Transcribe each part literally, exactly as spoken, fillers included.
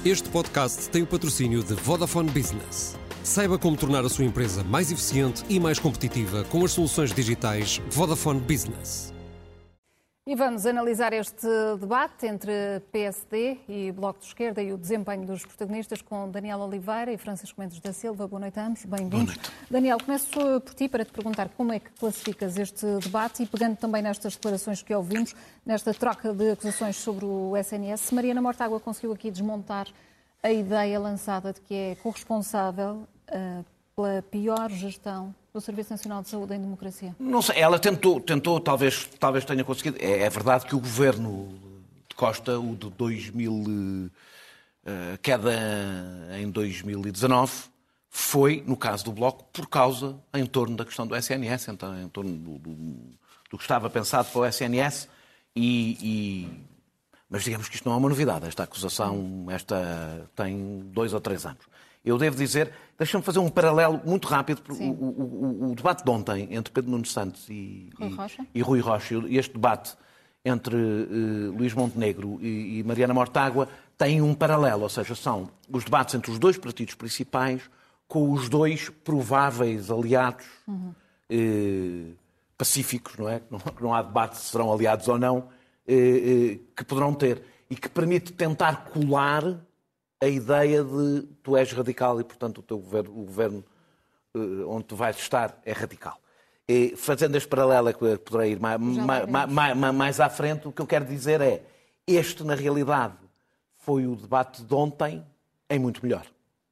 Este podcast tem o patrocínio de Vodafone Business. Saiba como tornar a sua empresa mais eficiente e mais competitiva com as soluções digitais Vodafone Business. E vamos analisar este debate entre P S D e Bloco de Esquerda e o desempenho dos protagonistas com Daniel Oliveira e Francisco Mendes da Silva. Boa noite a ambos, bem-vindos. Daniel, começo por ti para te perguntar como é que classificas este debate e pegando também nestas declarações que ouvimos, nesta troca de acusações sobre o S N S, se Mariana Mortágua conseguiu aqui desmontar a ideia lançada de que é corresponsável uh, pela pior gestão do Serviço Nacional de Saúde em democracia? Não sei, ela tentou, tentou talvez, talvez tenha conseguido. É, é verdade que o governo de Costa, o de dois mil, uh, queda em dois mil e dezanove, foi, no caso do Bloco, por causa, em torno da questão do S N S, então, em torno do, do, do que estava pensado para o S N S, e, e, mas digamos que isto não é uma novidade. Esta acusação esta, tem dois ou três anos. Eu devo dizer, deixa-me fazer um paralelo muito rápido, porque o, o, o debate de ontem entre Pedro Nuno Santos e Rui Rocha, e, e, Rui Rocha, e este debate entre uh, Luís Montenegro e, e Mariana Mortágua tem um paralelo, ou seja, são os debates entre os dois partidos principais com os dois prováveis aliados uhum. uh, pacíficos, não é? Não, não há debate se serão aliados ou não, uh, uh, que poderão ter, e que permite tentar colar a ideia de tu és radical e, portanto, o teu governo, o governo uh, onde tu vais estar é radical. E, fazendo este paralelo, é que poderei ir mais, mais, mais, mais à frente, o que eu quero dizer é, este, na realidade, foi o debate de ontem em muito melhor.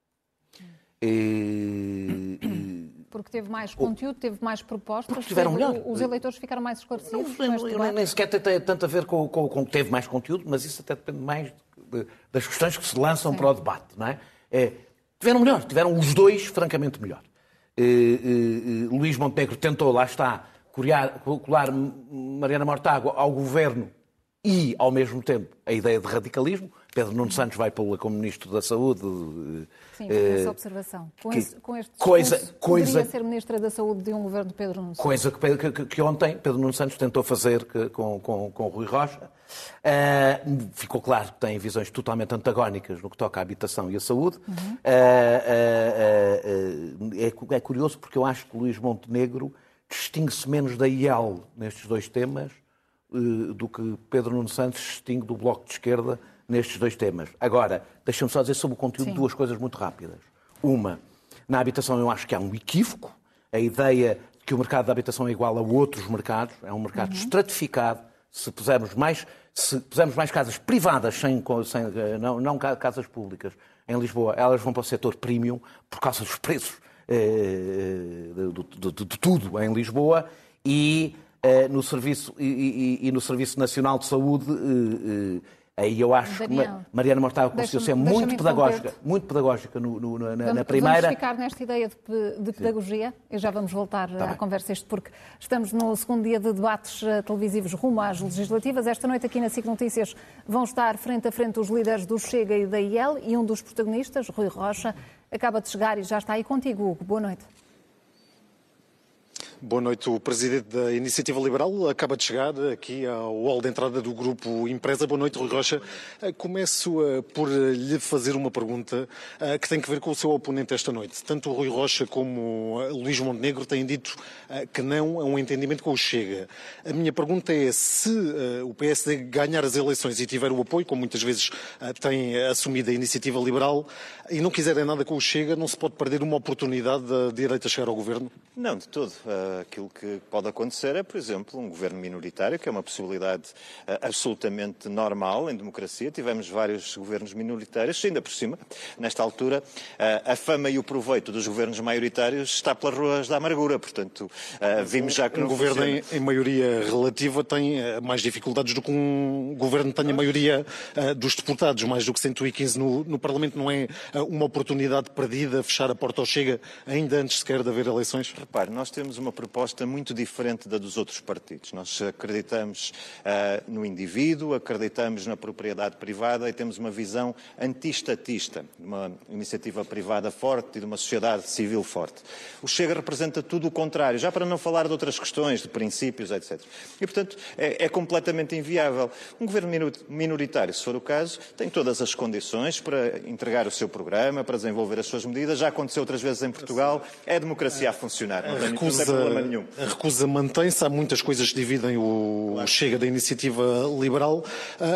E, e, porque teve mais conteúdo, teve mais propostas, porque tiveram teve, melhor. Os eleitores ficaram mais esclarecidos. Não, não, não, nem sequer tem tanto a ver com, com, com que teve mais conteúdo, mas isso até depende mais de, das questões que se lançam Sim. para o debate. Não é? É, tiveram melhor, tiveram os dois francamente melhor. E, e, e, Luís Montenegro tentou, lá está, colar, colar Mariana Mortágua ao governo e, ao mesmo tempo, a ideia de radicalismo. Pedro Nuno Santos vai pô-la como Ministro da Saúde. Sim, eh, essa observação. Com, que, esse, com este coisa, discurso, coisa, poderia ser Ministra da Saúde de um governo de Pedro Nuno Santos. Coisa que, que, que ontem Pedro Nuno Santos tentou fazer que, com, com, com Rui Rocha. Uh, ficou claro que tem visões totalmente antagónicas no que toca à habitação e à saúde. Uhum. Uh, uh, uh, é, é curioso porque eu acho que Luís Montenegro distingue-se menos da I E L nestes dois temas uh, do que Pedro Nuno Santos distingue do Bloco de Esquerda nestes dois temas. Agora, deixa-me só dizer sobre o conteúdo Sim. duas coisas muito rápidas. Uma, na habitação eu acho que há um equívoco. A ideia de que o mercado da habitação é igual a outros mercados, é um mercado uhum. estratificado. Se pusermos mais, se pusermos mais casas privadas, sem, sem, não, não casas públicas, em Lisboa, elas vão para o setor premium por causa dos preços eh, de, de, de, de tudo em Lisboa e, eh, no serviço, e, e, e no Serviço Nacional de Saúde. Eh, eh, Aí eu acho Daniel, que Mariana Mortágua conseguiu ser muito pedagógica, muito pedagógica no, no, na, vamos, na primeira. Vamos ficar nesta ideia de, de pedagogia e já vamos voltar tá à bem. conversa, isto porque estamos no segundo dia de debates televisivos rumo às legislativas. Esta noite aqui na SIC Notícias vão estar frente a frente os líderes do Chega e da I E L e um dos protagonistas, Rui Rocha, acaba de chegar e já está aí contigo, Hugo. Boa noite. Boa noite. O presidente da Iniciativa Liberal acaba de chegar aqui ao hall de entrada do Grupo Empresa. Boa noite, Rui Rocha. Começo por lhe fazer uma pergunta que tem que ver com o seu oponente esta noite. Tanto o Rui Rocha como o Luís Montenegro têm dito que não a um entendimento com o Chega. A minha pergunta é se o P S D ganhar as eleições e tiver o apoio, como muitas vezes tem assumido a Iniciativa Liberal, e não quiserem nada com o Chega, não se pode perder uma oportunidade da direita chegar ao governo? Não, de todo. Aquilo que pode acontecer é, por exemplo, um governo minoritário, que é uma possibilidade uh, absolutamente normal em democracia. Tivemos vários governos minoritários, ainda por cima, nesta altura, uh, a fama e o proveito dos governos maioritários está pelas ruas da amargura. Portanto, uh, vimos já que um não governo em, em maioria relativa tem uh, mais dificuldades do que um governo que tenha maioria uh, dos deputados, mais do que cento e quinze no, no Parlamento. Não é uh, uma oportunidade perdida fechar a porta ao Chega ainda antes sequer de haver eleições? Repare, nós temos uma proposta muito diferente da dos outros partidos. Nós acreditamos uh, no indivíduo, acreditamos na propriedade privada e temos uma visão anti-estatista, uma iniciativa privada forte e de uma sociedade civil forte. O Chega representa tudo o contrário, já para não falar de outras questões, de princípios, etcétera. E, portanto, é, é completamente inviável. Um governo minoritário, se for o caso, tem todas as condições para entregar o seu programa, para desenvolver as suas medidas. Já aconteceu outras vezes em Portugal. É a democracia a funcionar. Não, a tem, recusa, não tem problema nenhum. A recusa mantém-se. Há muitas coisas que dividem o claro. Chega da Iniciativa Liberal,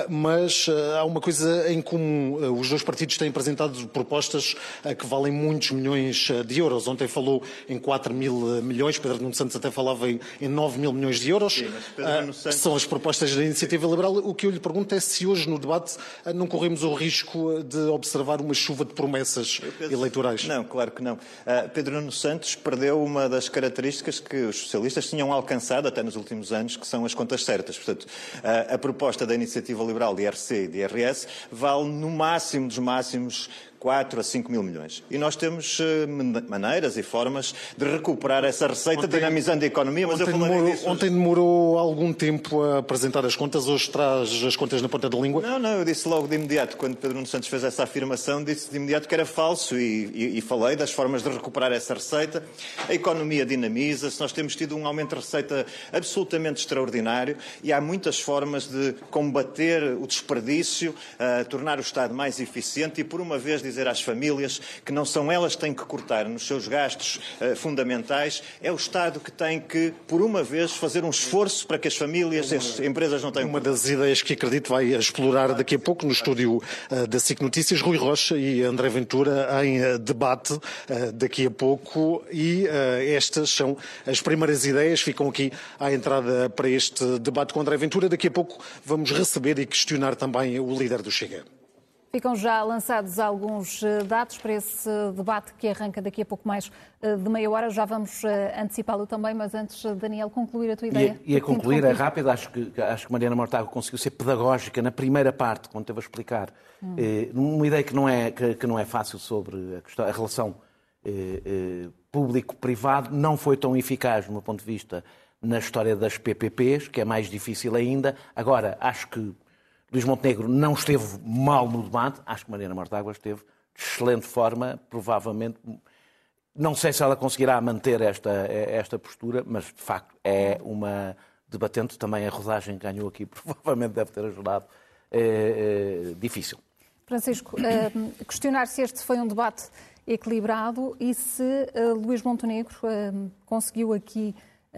mas há uma coisa em comum. Os dois partidos têm apresentado propostas que valem muitos milhões de euros. Ontem falou em quatro mil milhões. Pedro Nuno Santos até falava em nove mil milhões de euros. Sim, mas Santos... São as propostas da Iniciativa Liberal. O que eu lhe pergunto é se hoje no debate não corremos o risco de observar uma chuva de promessas penso... eleitorais. Não, claro que não. Uh, Pedro Nuno Santos perdeu uma das características que os socialistas tinham alcançado até nos últimos anos, que são as contas certas. Portanto, uh, a proposta da Iniciativa Liberal de I R C e de I R S vale no máximo dos máximos quatro a cinco mil milhões. E nós temos uh, maneiras e formas de recuperar essa receita, ontem, dinamizando a economia, mas eu falarei demorou, disso. Ontem demorou algum tempo a apresentar as contas, hoje traz as contas na ponta da língua? Não, não, eu disse logo de imediato, quando Pedro Nuno Santos fez essa afirmação, disse de imediato que era falso e, e, e falei das formas de recuperar essa receita. A economia dinamiza-se, nós temos tido um aumento de receita absolutamente extraordinário e há muitas formas de combater o desperdício, uh, tornar o Estado mais eficiente e, por uma vez, dizer às famílias que não são elas que têm que cortar nos seus gastos uh, fundamentais, é o Estado que tem que, por uma vez, fazer um esforço para que as famílias e as empresas não tenham... Uma das ideias que acredito vai explorar daqui a pouco no estúdio uh, da SIC Notícias, Rui Rocha e André Ventura em uh, debate uh, daqui a pouco e uh, estas são as primeiras ideias, ficam aqui à entrada para este debate com André Ventura. Daqui a pouco vamos receber e questionar também o líder do Chega. Ficam já lançados alguns dados para esse debate que arranca daqui a pouco mais de meia hora. Já vamos antecipá-lo também, mas antes, Daniel, concluir a tua ideia. E a concluir, é rápido, acho que, acho que Mariana Mortágua conseguiu ser pedagógica na primeira parte, quando teve a explicar hum. eh, uma ideia que não é, que, que não é fácil sobre a, questão, a relação eh, eh, público-privado, não foi tão eficaz, do meu ponto de vista, na história das P P Ps, que é mais difícil ainda. Agora, acho que Luís Montenegro não esteve mal no debate, acho que Mariana Mortágua esteve de excelente forma, provavelmente. Não sei se ela conseguirá manter esta, esta postura, mas de facto é uma debatente. Também a rodagem que ganhou aqui provavelmente deve ter ajudado. É, é, difícil. Francisco, uh, questionar se este foi um debate equilibrado e se uh, Luís Montenegro uh, conseguiu aqui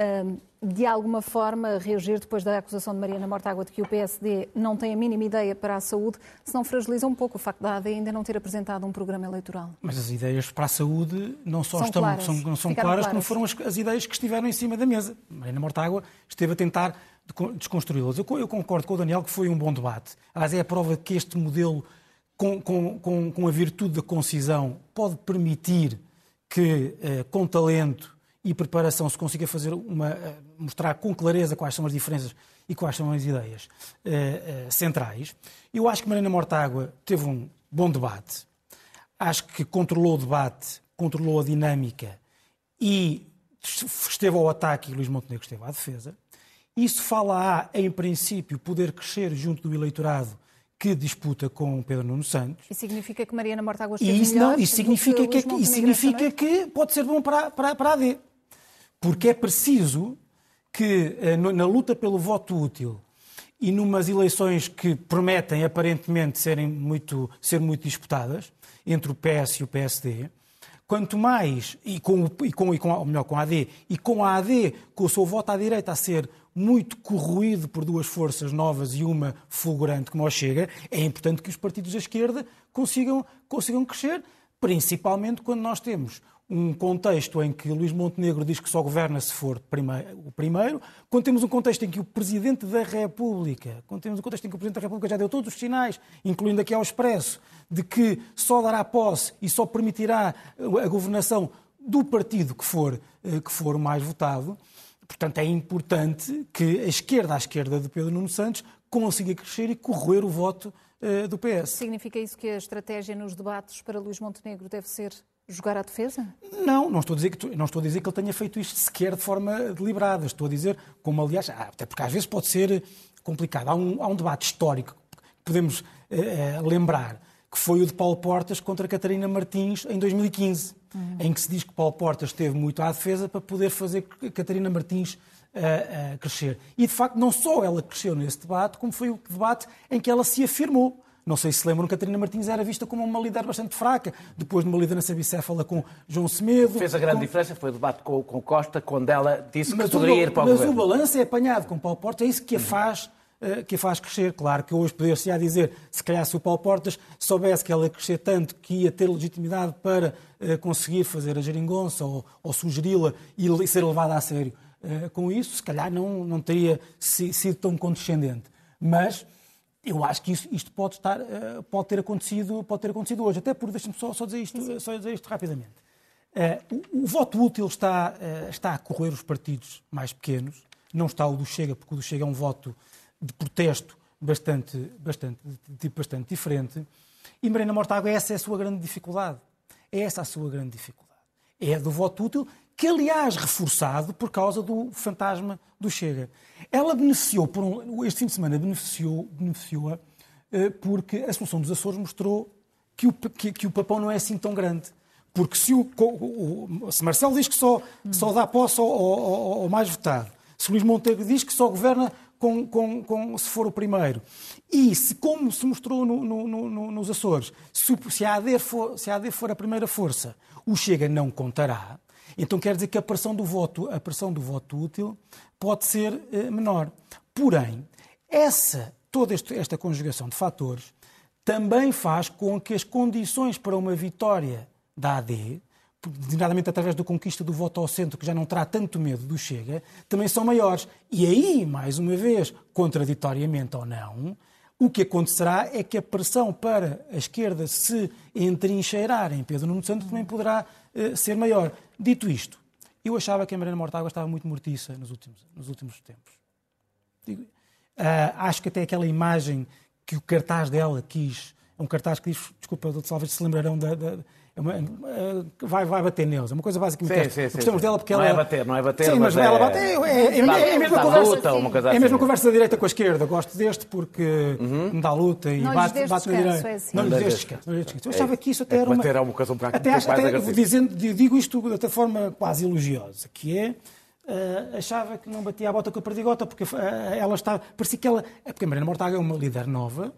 de alguma forma reagir depois da acusação de Mariana Mortágua de que o P S D não tem a mínima ideia para a saúde, se não fragiliza um pouco o facto da A D ainda não ter apresentado um programa eleitoral. Mas as ideias para a saúde não só são estão, claras, são, não são claras, claras, como foram as, as ideias que estiveram em cima da mesa. Mariana Mortágua esteve a tentar desconstruí-las. Eu, eu concordo com o Daniel que foi um bom debate. Aliás, é a prova que este modelo, com, com, com, com a virtude da concisão, pode permitir que, eh, com talento e preparação, se consiga fazer uma, mostrar com clareza quais são as diferenças e quais são as ideias uh, uh, centrais. Eu acho que Mariana Mortágua teve um bom debate. Acho que controlou o debate, controlou a dinâmica e esteve ao ataque e Luís Montenegro esteve à defesa. Isso fala a, em princípio, poder crescer junto do eleitorado que disputa com Pedro Nuno Santos. E significa que Mariana Mortágua esteve isso melhor? Não, isso significa, que, que, isso significa que pode ser bom para, para, para a A D. Porque é preciso que, na luta pelo voto útil e numas eleições que prometem, aparentemente, serem muito, ser muito disputadas, entre o P S e o P S D, quanto mais, e com, e com, e com ou melhor, com a A D, e com a A D, com o seu voto à direita a ser muito corroído por duas forças novas e uma fulgurante como o Chega, é importante que os partidos da esquerda consigam, consigam crescer, principalmente quando nós temos um contexto em que Luís Montenegro diz que só governa se for o primeiro, quando temos um contexto em que o Presidente da República, quando temos um contexto em que o Presidente da República já deu todos os sinais, incluindo aqui ao Expresso, de que só dará posse e só permitirá a governação do partido que for, que for o mais votado. Portanto, é importante que a esquerda, à esquerda de Pedro Nuno Santos, consiga crescer e corroer o voto uh, do P S. Significa isso que a estratégia nos debates para Luís Montenegro deve ser jogar à defesa? Não, não estou a dizer que, não estou a dizer que ele tenha feito isto sequer de forma deliberada. Estou a dizer, como aliás, até porque às vezes pode ser complicado. Há um, há um debate histórico que podemos eh, lembrar, que foi o de Paulo Portas contra Catarina Martins em dois mil e quinze, uhum. em que se diz que Paulo Portas esteve muito à defesa para poder fazer Catarina Martins uh, uh, crescer. E, de facto, não só ela cresceu nesse debate, como foi o debate em que ela se afirmou. Não sei se lembram, Catarina Martins era vista como uma líder bastante fraca, depois de uma liderança bicéfala com João Semedo. Fez a grande com... diferença, foi o debate com, com Costa, quando ela disse mas que poderia o, ir para o mas governo. Mas o balanço é apanhado com Paulo Portas, é isso que a faz... que a faz crescer. Claro que hoje poder-se-á dizer, se calhar se o Paulo Portas soubesse que ela ia crescer tanto que ia ter legitimidade para uh, conseguir fazer a geringonça ou, ou sugeri-la e ser levada a sério uh, com isso, se calhar não, não teria si, sido tão condescendente. Mas eu acho que isso, isto pode, estar, uh, pode, ter acontecido, pode ter acontecido hoje. Até porque, deixa-me só, só, dizer isto, só dizer isto rapidamente. Uh, o, o voto útil está, uh, está a correr os partidos mais pequenos, não está o do Chega, porque o do Chega é um voto de protesto bastante, bastante, de tipo bastante diferente. E Mariana Mortágua, essa é a sua grande dificuldade. É essa a sua grande dificuldade. É a do voto útil, que aliás reforçado por causa do fantasma do Chega. Ela beneficiou, por um, este fim de semana beneficiou, beneficiou-a porque a solução dos Açores mostrou que o, que, que o papão não é assim tão grande. Porque se, o, o, se Marcelo diz que só, só dá posse ao, ao, ao mais votado, se Luís Montenegro diz que só governa Com, com, com, se for o primeiro. E, se, como se mostrou no, no, no, nos Açores, se, se, a AD for, se a AD for a primeira força, o Chega não contará, então quer dizer que a pressão do voto, a pressão do voto útil pode ser eh, menor. Porém, essa, toda este, esta conjugação de fatores também faz com que as condições para uma vitória da A D, designadamente através da conquista do voto ao centro, que já não terá tanto medo do Chega, também são maiores. E aí, mais uma vez, contraditoriamente ou não, o que acontecerá é que a pressão para a esquerda se entrincheirar em Pedro Nuno Santos também poderá uh, ser maior. Dito isto, eu achava que a Mariana Mortágua estava muito mortiça nos últimos, nos últimos tempos. Digo, uh, acho que até aquela imagem que o cartaz dela quis, é um cartaz que diz, desculpa, talvez se lembrarão da... da Uma, vai, vai bater neles. É uma coisa basicamente. Sim, sim, gostamos sim. dela porque não ela. É bater, não é bater, sim, mas, mas ela bate. É, é, é, é, é a mesma conversa. Luta, uma coisa assim. É a mesma conversa da direita com a esquerda. Gosto deste porque uhum. me dá luta e não bate, bate na direita. É assim. Não lhes deixes descanso. Eu achava que isso até é, era uma. Bater é uma coisa um bocado até, um pouco mais até agressiva. dizendo, digo isto de forma quase elogiosa, que é. Uh, achava que não batia a bota com a perdigota porque uh, ela estava. Parecia que ela. É porque a Mariana Mortágua é uma líder nova,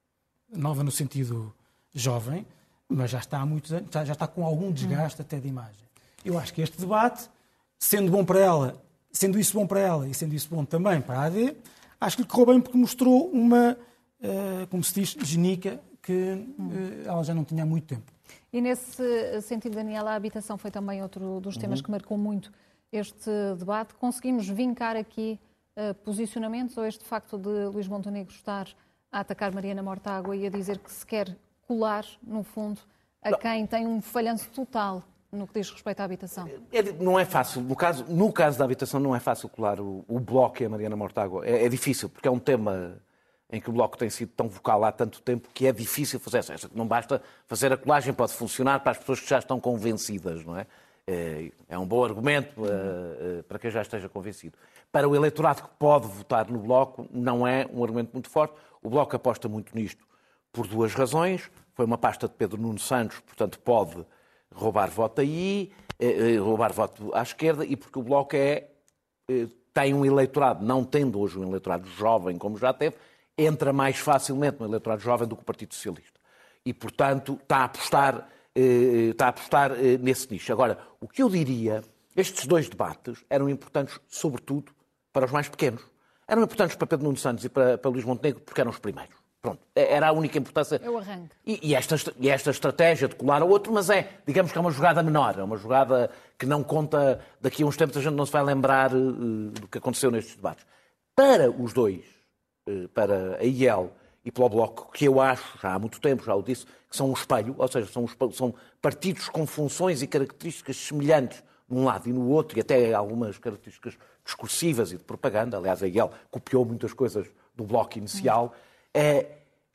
nova no sentido jovem. Mas já está há muitos anos, já está com algum desgaste até de imagem. Eu acho que este debate, sendo bom para ela, sendo isso bom para ela e sendo isso bom também para a A D, acho que lhe correu bem porque mostrou uma, uh, como se diz, genica que uh, ela já não tinha há muito tempo. E nesse sentido, Daniela, a habitação foi também outro dos temas uhum. que marcou muito este debate. Conseguimos vincar aqui uh, posicionamentos ou este facto de Luís Montenegro estar a atacar Mariana Mortágua e a dizer que se quer colar, no fundo, a quem tem um falhanço total no que diz respeito à habitação? É, não é fácil. No caso, no caso da habitação, não é fácil colar o, o Bloco e a Mariana Mortágua. É, é difícil, porque é um tema em que o Bloco tem sido tão vocal há tanto tempo que é difícil fazer essa. Não basta fazer a colagem, pode funcionar para as pessoas que já estão convencidas, não é? É, é um bom argumento uh, uh, para quem já esteja convencido. Para o eleitorado que pode votar no Bloco, não é um argumento muito forte. O Bloco aposta muito nisto por duas razões. Foi uma pasta de Pedro Nuno Santos, portanto pode roubar voto aí, eh, roubar voto à esquerda, e porque o Bloco é, eh, tem um eleitorado, não tendo hoje um eleitorado jovem como já teve, entra mais facilmente no eleitorado jovem do que o Partido Socialista. E, portanto, está a apostar, eh, está a apostar eh, nesse nicho. Agora, o que eu diria, estes dois debates eram importantes, sobretudo, para os mais pequenos. Eram importantes para Pedro Nuno Santos e para, para Luís Montenegro porque eram os primeiros. Pronto, era a única importância. Eu arranco. E, e, esta, e esta estratégia de colar ao outro, mas é, digamos que é uma jogada menor, é uma jogada que não conta, daqui a uns tempos a gente não se vai lembrar uh, do que aconteceu nestes debates. Para os dois, uh, para a I E L e pelo Bloco, que eu acho, já há muito tempo, já o disse, que são um espelho, ou seja, são, são partidos com funções e características semelhantes num lado e no outro, e até algumas características discursivas e de propaganda. Aliás, a I E L copiou muitas coisas do Bloco inicial. É,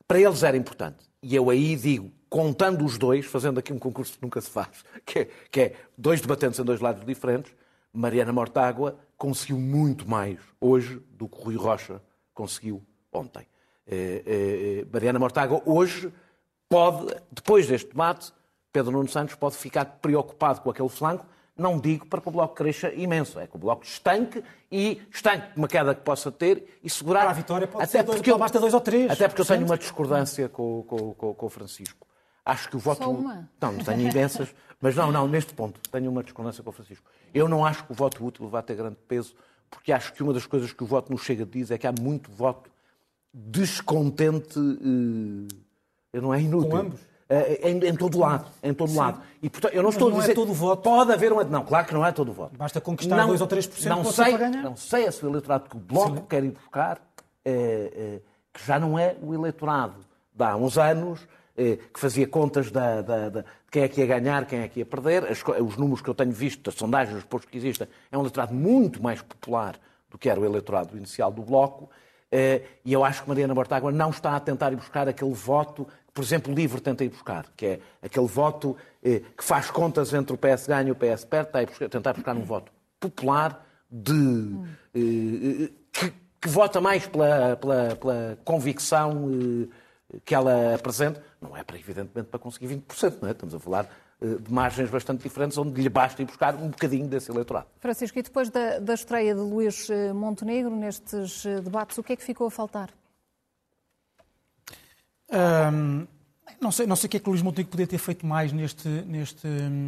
para eles era importante. E eu aí digo, contando os dois, fazendo aqui um concurso que nunca se faz, que é, que é dois debatentes em dois lados diferentes, Mariana Mortágua conseguiu muito mais hoje do que Rui Rocha conseguiu ontem. Eh, eh, Mariana Mortágua hoje pode, depois deste debate, Pedro Nuno Santos pode ficar preocupado com aquele flanco, não digo para que o Bloco cresça imenso, é que o Bloco estanque e estanque uma queda que possa ter e segurar... Para a vitória pode até ser dois, porque eu, basta dois ou três. Até porque eu tenho uma discordância com, com, com, com o Francisco. Acho que o voto... Só uma? Não, tenho imensas, mas não, não, neste ponto tenho uma discordância com o Francisco. Eu não acho que o voto útil vá ter grande peso, porque acho que uma das coisas que o voto nos chega a dizer é que há muito voto descontente, eh, não é inútil. Com ambos? Eh, em, em todo lado, em todo Sim. lado. E, portanto, eu não Mas estou não a dizer... é todo o voto. Pode haver um... Não, claro que não é todo o voto. Basta conquistar dois ou três por cento não para sei, para ganhar. Não sei se o eleitorado que o Bloco Sim. quer ir buscar, eh, eh, que já não é o eleitorado de há uns anos, eh, que fazia contas da, da, da, de quem é que ia ganhar, quem é que ia perder. As, os números que eu tenho visto das sondagens, os postos que existem, é um eleitorado muito mais popular do que era o eleitorado inicial do Bloco. Eh, e eu acho que Mariana Mortágua não está a tentar ir buscar aquele voto que, por exemplo, o LIVRE tenta ir buscar, que é aquele voto eh, que faz contas entre o P S ganha e o P S perde, está a ir buscar, tentar buscar um voto popular de, eh, que, que vota mais pela, pela, pela convicção eh, que ela apresenta. Não é, para, evidentemente, para conseguir vinte por cento, não é? Estamos a falar eh, de margens bastante diferentes, onde lhe basta ir buscar um bocadinho desse eleitorado. Francisco, e depois da, da estreia de Luís Montenegro nestes debates, o que é que ficou a faltar? Hum, não sei, não sei o que é que o Luís Montenegro poderia ter feito mais neste, neste,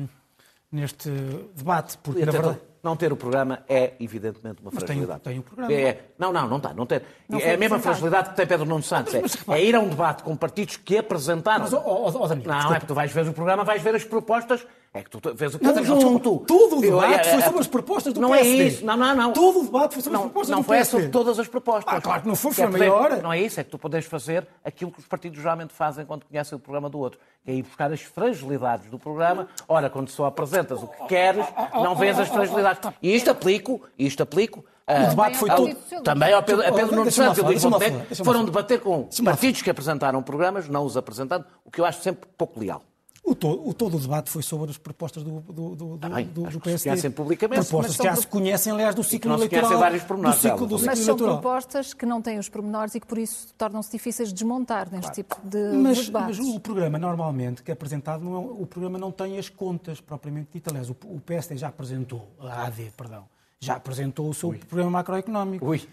neste debate, porque na verdade... Não ter o programa é, evidentemente, uma Mas fragilidade. tem, tem o programa. É, não, não, não está. Não tem. Não é a mesma apresentado. fragilidade que tem Pedro Nuno Santos. Mas, mas, é, é ir a um debate com partidos que apresentaram. Mas, oh, oh, oh, Daniel, não, desculpa. é que tu vais ver o programa, vais ver as propostas. É que tu vês o Não, Daniel, conjunto. Todo o Eu- debate é- foi é- sobre as propostas do não P S D. é isso. Não, não, não. Todo o debate foi sobre as Não, propostas não do foi P S D. sobre todas as propostas. Ah, claro que não foi, Que é foi poder- meia hora. Não é isso, é que tu podes fazer aquilo que os partidos geralmente fazem quando conhecem o programa do outro. Que é ir buscar as fragilidades do programa. Ora, quando só apresentas o que queres, não vês as fragilidades. E isto aplico, isto aplico. O debate foi ao- todo... Também ao Pedro, a Pedro Nuno Deixa-me lá Santos e ao falar, Luís deixa-me lá Montenegro falar, deixa-me foram lá debater com Deixa-me lá partidos que apresentaram programas, não os apresentando, o que eu acho sempre pouco leal. O todo, o todo o debate foi sobre as propostas do, do, do, Ah, bem, do, acho do que se P S D. conhecem publicamente. Propostas Mas que já são se conhecem, aliás, do que ciclo não se eleitoral. conhecem vários do pormenores ciclo, delas. do ciclo Mas são eleitoral. propostas que não têm os pormenores e que, por isso, tornam-se difíceis de desmontar neste tipo de, Mas, de debates. mas o programa, normalmente, que é apresentado, não é, o programa não tem as contas propriamente ditas. Aliás, o, o P S D já apresentou, a AD, perdão, já apresentou o seu Ui. programa macroeconómico. Ui.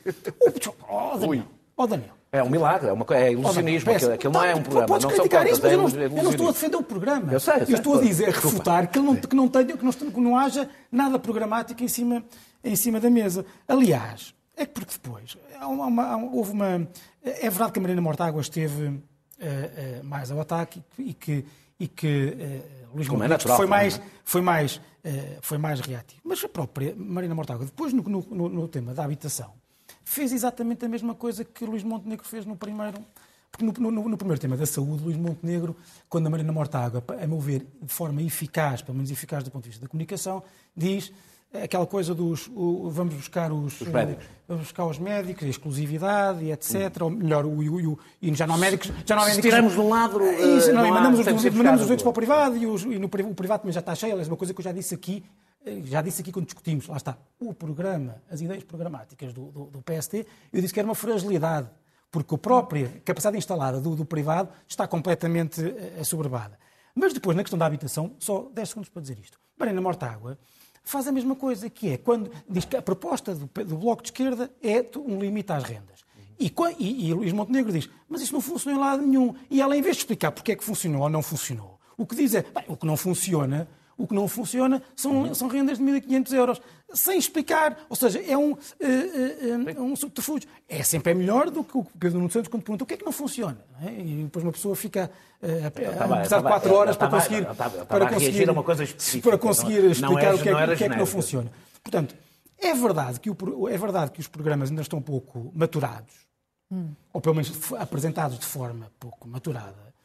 Oh, Daniel. Ui. Oh, Daniel. É um milagre, é, uma, co- é ilusionismo, Oh, aquilo, aquilo não é um programa, Podes não são criticar contas, isso, mas é eu não, ilusionismo. eu não estou a defender o programa. Eu sei, eu sei. estou a dizer, a Desculpa. refutar que, ele não, que, não tenha, que, não, que não haja nada programático em cima, em cima da mesa. Aliás, é que porque depois há uma, há uma- houve uma... É verdade que a Mariana Mortágua esteve eh, eh, mais ao ataque e que, e que eh, Luís Como é Montenegro natural, foi não é? mais, foi, mais, eh, foi mais reativo. Mas a própria Mariana Mortágua, depois no, no, no tema da habitação, fez exatamente a mesma coisa que Luís Montenegro fez no primeiro... Porque no, no, no primeiro tema da saúde, Luís Montenegro, quando a Mariana Mortágua, a meu ver, de forma eficaz, pelo menos eficaz do ponto de vista da comunicação, diz aquela coisa dos... O, vamos buscar os... Os médicos. Vamos buscar os médicos, a exclusividade, e etcétera. Ou melhor, o, o, o, e já não há médicos... Já não há Se médicos tiramos de um lado, Isso, eh, não, não e há- mandamos, os, tem que ser mandamos os buscado doentes do para o privado e, os, e no, pri- o privado também já está cheio. Aliás, uma coisa que eu já disse aqui, eh, já disse aqui quando discutimos, lá está, o programa, as ideias programáticas do, do, do P S D, eu disse que era uma fragilidade, porque a própria capacidade instalada do, do privado está completamente eh, assoberbada. Mas depois, na questão da habitação, só dez segundos para dizer isto. Mariana Mortágua faz a mesma coisa, que é quando diz que a proposta do, do Bloco de Esquerda é um limite às rendas. E, qua- e, e Luís Montenegro diz, mas isso não funcionou em lado nenhum. E ela, em vez de explicar porque é que funcionou ou não funcionou, o que diz é, bem, o que não funciona, o que não funciona são, são rendas de mil e quinhentos euros. Sem explicar. Ou seja, é um, uh, uh, uh, um subterfúgio. É sempre é melhor do que o Pedro Nuno Santos quando pergunta o que é que não funciona. Não é? E depois uma pessoa fica uh, a precisar de quatro horas para conseguir, para conseguir, uma coisa específica. para conseguir Não- explicar não é- o que é, não era o que, é que não genérico. funciona. Portanto, é verdade, que o, é verdade que os programas ainda estão pouco maturados, ou pelo menos f- apresentados de forma pouco maturada,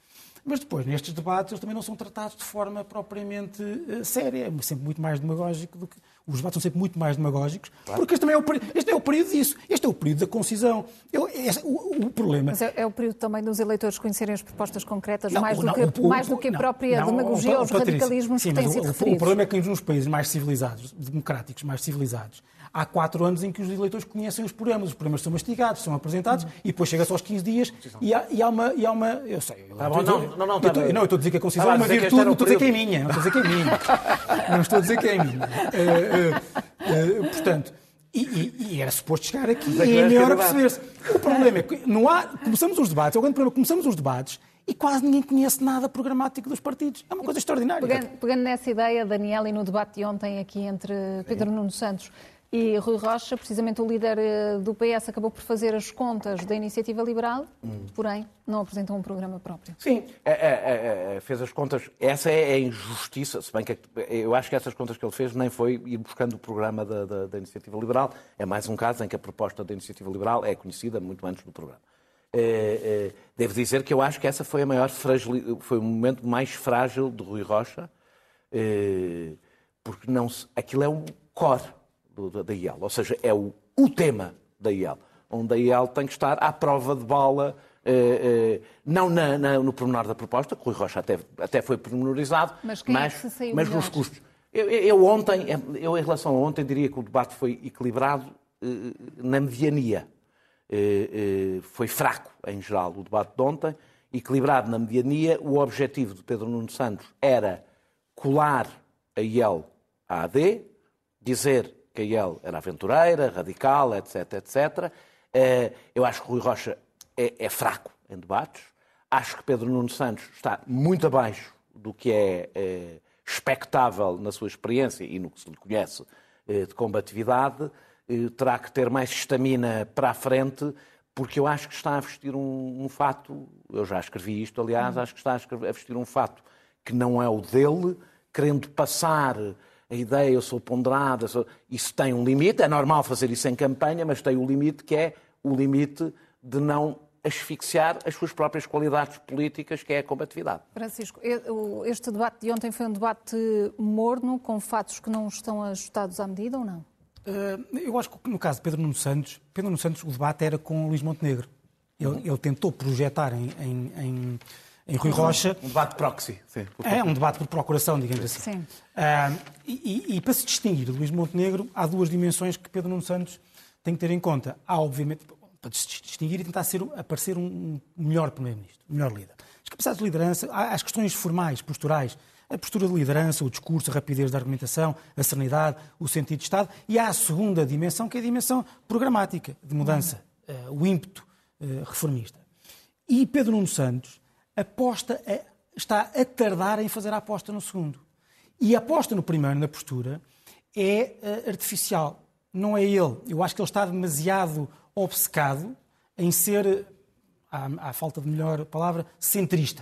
Mas depois, nestes debates, eles também não são tratados de forma propriamente uh, séria. É sempre muito mais demagógico do que... Os debates são sempre muito mais demagógicos, claro. Porque este, também é o, este é o período disso. Este é o período da concisão. Eu, este, o, o problema... Mas é, é o período também dos eleitores conhecerem as propostas concretas, não, mais, do não, que, o, mais do que a própria não, demagogia ou os radicalismos sim, que têm sido o, referidos. O problema é que nos países mais civilizados, democráticos, mais civilizados, há quatro anos em que os eleitores conhecem os programas. Os programas são mastigados, são apresentados, uhum. e depois chega-se aos quinze dias e há, e há uma... E há uma eu sei... Eu, tá bom, não, não, não, eu, eu, não, eu estou a dizer que a concisão é uma virtude, não estou a dizer que é minha. Não estou a dizer que é minha. Não estou a dizer que é minha. Uh, uh, Uh, portanto, e, e, e era suposto chegar aqui e é melhor a perceber-se. O problema é que não há, começamos os debates, é o grande problema, começamos os debates e quase ninguém conhece nada programático dos partidos. É uma coisa extraordinária. Pegando, pegando nessa ideia, Daniel, e no debate de ontem aqui entre Pedro Nuno Santos e Rui Rocha, precisamente o líder do P S acabou por fazer as contas da Iniciativa Liberal, hum. porém não apresentou um programa próprio. Sim, é, é, é, fez as contas. Essa é a injustiça, se bem que eu acho que essas contas que ele fez nem foi ir buscando o programa da, da, da Iniciativa Liberal. É mais um caso em que a proposta da Iniciativa Liberal é conhecida muito antes do programa. É, é, devo dizer que eu acho que essa foi a maior fragilidade, foi o momento mais frágil de Rui Rocha, é, porque não se, aquilo é um core da I E L, ou seja, é o, o tema da I E L, onde a I E L tem que estar à prova de bala, eh, eh, não na, na, no pormenor da proposta, que o Rui Rocha até, até foi pormenorizado, mas, quem mas, é que se saiu mas nos custos. Eu, eu ontem, eu em relação a ontem, diria que o debate foi equilibrado eh, na mediania. Eh, eh, foi fraco, em geral, o debate de ontem, equilibrado na mediania. O objetivo de Pedro Nuno Santos era colar a I E L à A D, dizer que a I E L era aventureira, radical, etc, etcétera. Eu acho que o Rui Rocha é, é fraco em debates. Acho que Pedro Nuno Santos está muito abaixo do que é, é expectável na sua experiência e no que se lhe conhece é, de combatividade. É, terá que ter mais estamina para a frente, porque eu acho que está a vestir um, um fato, eu já escrevi isto, aliás, acho que está a, escrever, a vestir um fato que não é o dele, querendo passar a ideia, eu sou ponderada, sou... isso tem um limite, é normal fazer isso em campanha, mas tem um limite que é o limite de não asfixiar as suas próprias qualidades políticas, que é a combatividade. Francisco, este debate de ontem foi um debate morno, com fatos que não estão ajustados à medida ou não? Uh, eu acho que no caso de Pedro Nuno Santos, Pedro Nuno Santos, o debate era com Luís Montenegro. Ele, uhum. ele tentou projetar em... em, em... em Rui Rocha... Um debate proxy. Sim, é, um debate por procuração, digamos assim. Sim. Uh, e, e, e para se distinguir de Luís Montenegro, há duas dimensões que Pedro Nuno Santos tem que ter em conta. Há, obviamente, para se distinguir e tentar ser, aparecer um melhor primeiro-ministro, um melhor líder. As capacidades de liderança, há as questões formais, posturais, a postura de liderança, o discurso, a rapidez da argumentação, a serenidade, o sentido de Estado. E há a segunda dimensão, que é a dimensão programática, de mudança, uh, o ímpeto uh, reformista. E Pedro Nuno Santos aposta a, está a tardar em fazer a aposta no segundo. E a aposta no primeiro, na postura, é uh, artificial. Não é ele. Eu acho que ele está demasiado obcecado em ser, à, à falta de melhor palavra, centrista.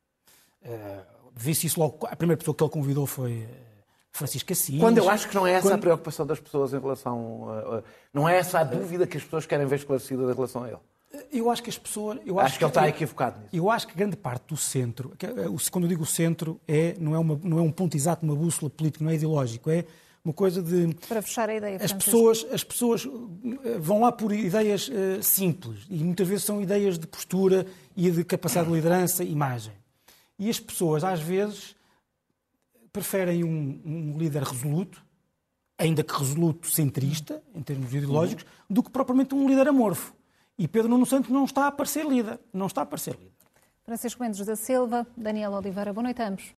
Uh, Vê-se isso logo. A primeira pessoa que ele convidou foi Francisco Assis. Quando eu acho que não é essa Quando... a preocupação das pessoas em relação... A, a, não é essa a dúvida que as pessoas querem ver esclarecida em relação a ele. Eu acho que as pessoas... Eu acho, acho que, que ele está equivocado nisso. Eu acho que grande parte do centro... Quando eu digo centro, é, não, é uma, não é um ponto exato, uma bússola política, não é ideológico, é uma coisa de... Para fechar a ideia, as pessoas, as pessoas vão lá por ideias uh, simples e muitas vezes são ideias de postura e de capacidade de liderança e imagem. E as pessoas, às vezes, preferem um, um líder resoluto, ainda que resoluto centrista, em termos ideológicos, do que propriamente um líder amorfo. E Pedro Nuno Santos não está a parecer líder. Não está a parecer líder. Francisco Mendes da Silva, Daniel Oliveira, boa noite a ambos.